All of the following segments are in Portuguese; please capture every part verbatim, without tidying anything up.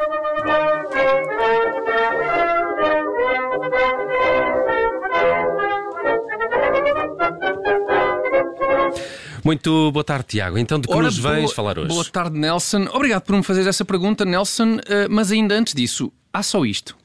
Muito boa tarde, Tiago. Então, de que Ora, nos vens boa, falar hoje? Boa tarde, Nelson. Obrigado por me fazer essa pergunta, Nelson. Uh, mas ainda antes disso, há só isto.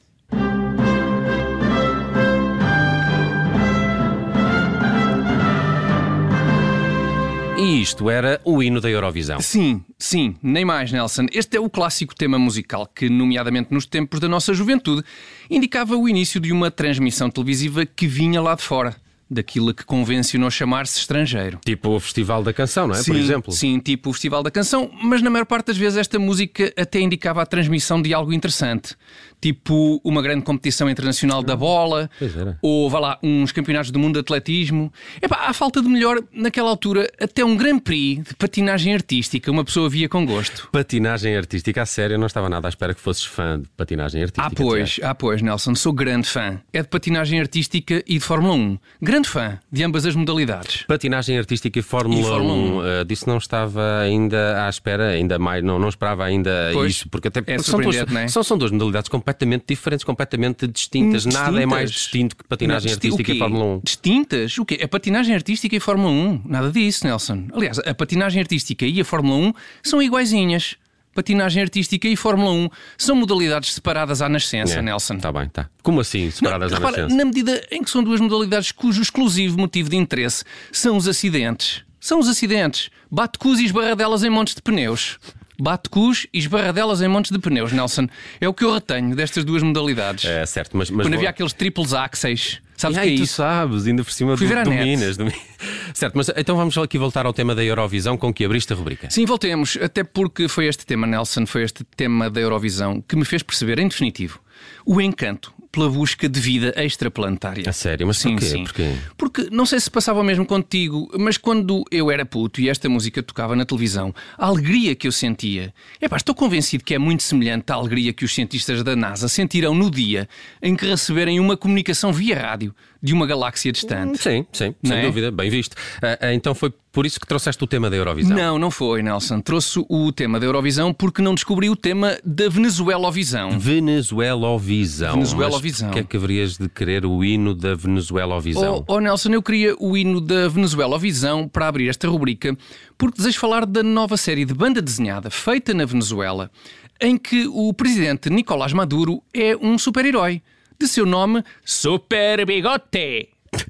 E isto era o hino da Eurovisão. Sim, sim, nem mais, Nelson. Este é o clássico tema musical que, nomeadamente nos tempos da nossa juventude, indicava o início de uma transmissão televisiva que vinha lá de fora, daquilo que convencionou chamar-se estrangeiro. Tipo o Festival da Canção, não é? Sim, Por exemplo. Sim, tipo o Festival da Canção, mas na maior parte das vezes esta música até indicava a transmissão de algo interessante. Tipo uma grande competição internacional da bola, Pois era. ou, vá lá, uns campeonatos do mundo de atletismo. Epá, à falta de melhor, naquela altura, até um Grand Prix de patinagem artística uma pessoa via com gosto. Patinagem artística, a sério, eu não estava nada à espera que fosses fã de patinagem artística. Ah pois, Tiago. ah pois, Nelson, sou grande fã. É de patinagem artística e de Fórmula um. Grande fã de ambas as modalidades. Patinagem artística e Fórmula, E Fórmula um, um. uh, disso não estava ainda à espera, ainda mais, não, não esperava ainda Pois, isso, porque até é são, duas, surpreendente, não é? são, são duas modalidades completamente diferentes, completamente distintas. Hum, Nada é mais distintas? distinto que patinagem Não, disti- artística o e quê? Fórmula um. Distintas? O quê? A patinagem artística e a Fórmula um? Nada disso, Nelson. Aliás, a patinagem artística e a Fórmula um são iguaizinhas. Patinagem artística e Fórmula um são modalidades separadas à nascença, É, Nelson. Está bem, está. Como assim, separadas Não, da repara, nascença? na medida em que são duas modalidades cujo exclusivo motivo de interesse são os acidentes. São os acidentes. Bate-cus e esbarradelas em montes de pneus. Bate-cus e esbarradelas em montes de pneus, Nelson. É o que eu retenho destas duas modalidades. É certo, mas... mas Quando vou- havia aqueles triplos axéis. Sabes o Ai, que é tu isso? sabes, ainda por cima Fui do, ver à net. dominas, dominas. Certo, mas então vamos aqui voltar ao tema da Eurovisão com que abriste a rubrica. Sim, voltemos. Até porque foi este tema, Nelson, foi este tema da Eurovisão que me fez perceber, em definitivo, o encanto pela busca de vida extraplanetária. A sério, mas Sim, porquê? sim. Porquê? Porque não sei se passava o mesmo contigo, mas quando eu era puto e esta música tocava na televisão, a alegria que eu sentia, epá, estou convencido que é muito semelhante à alegria que os cientistas da NASA sentirão no dia em que receberem uma comunicação via rádio de uma galáxia distante. Sim, sim, Não sem é? dúvida, bem visto. Ah, ah, então foi por isso que trouxeste o tema da Eurovisão. Não, não foi, Nelson. Trouxe o tema da Eurovisão porque não descobri o tema da Venezuelovisão. Venezuelovisão. Venezuelovisão. Mas porquê é que haverias de querer o hino da Venezuelovisão? Oh, oh Nelson, eu queria o hino da Venezuelovisão para abrir esta rubrica porque desejo falar da nova série de banda desenhada feita na Venezuela em que o presidente Nicolás Maduro é um super-herói. De seu nome, Super Bigote.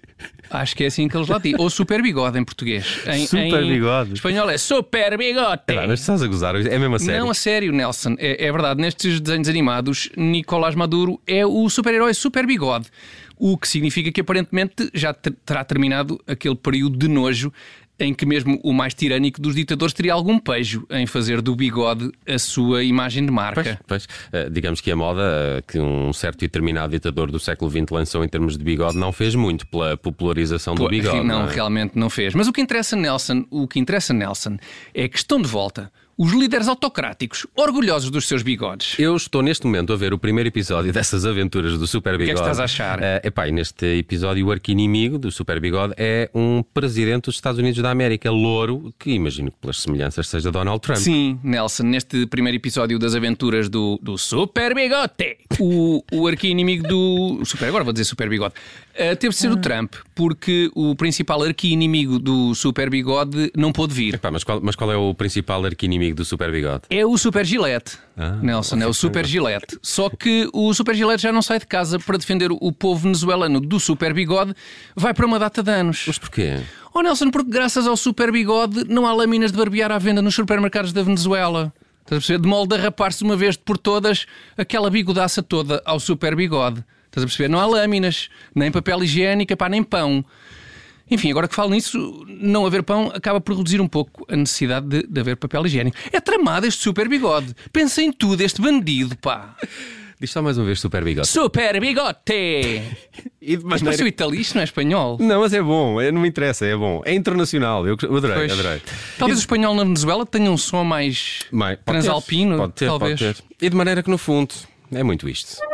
Acho que é assim que eles lá dizem. Ou Super Bigode em português. Em, Super em Bigode. espanhol é Super Bigote. É, mas estás a gozar, é mesmo a sério. Não, a sério, Nelson. É, é verdade, nestes desenhos animados, Nicolás Maduro é o super-herói Super Bigode. O que significa que aparentemente já ter- terá terminado aquele período de nojo em que mesmo o mais tirânico dos ditadores teria algum pejo em fazer do bigode a sua imagem de marca. Pois, pois. Uh, digamos que a moda uh, que um certo e determinado ditador do século vinte lançou em termos de bigode não fez muito pela popularização do Pô, bigode. não, não é? realmente não fez. Mas o que interessa, Nelson, o que interessa, Nelson, é que estão de volta os líderes autocráticos, orgulhosos dos seus bigodes. Eu estou neste momento a ver o primeiro episódio dessas aventuras do Super que é que Bigode. estás a achar? Uh, epá, e neste episódio o arqui-inimigo do Super Bigode é um presidente dos Estados Unidos da América, louro, que imagino que pelas semelhanças seja Donald Trump. Sim, Nelson, neste primeiro episódio das aventuras do, do Super Bigote, o, o arqui-inimigo do... Super, agora vou dizer Super Bigode. Uh, teve de ser o Trump, porque o principal arqui-inimigo do Super Bigode não pôde vir. Epá, mas, qual, mas qual é o principal arqui-inimigo do Super Bigode? É o Super Gillette, Ah, Nelson, é o Super Gillette. Só que o Super Gillette já não sai de casa para defender o povo venezuelano do Super Bigode, vai para uma data de anos. Mas porquê? Oh Nelson, porque graças ao Super Bigode não há lâminas de barbear à venda nos supermercados da Venezuela. Estás a perceber? De modo a rapar-se uma vez por todas aquela bigodaça toda ao Super Bigode. Estás a perceber? Não há lâminas, nem papel higiênico, pá, nem pão. Enfim, agora que falo nisso, não haver pão acaba por reduzir um pouco a necessidade de, de haver papel higiênico. É tramado este Super Bigode. Pensa em tudo, este bandido, pá. Diz só mais uma vez Super Bigode. Super Bigote! E de Mas maneira- parece o italiano, não é espanhol. Não, mas é bom, é- não me interessa, é bom. É internacional, eu eu adorei, Pois. adorei. Talvez E- o espanhol na Venezuela tenha um som mais Bem, pode ter, transalpino. Pode ter, talvez. pode ter. E de maneira que no fundo é muito isto.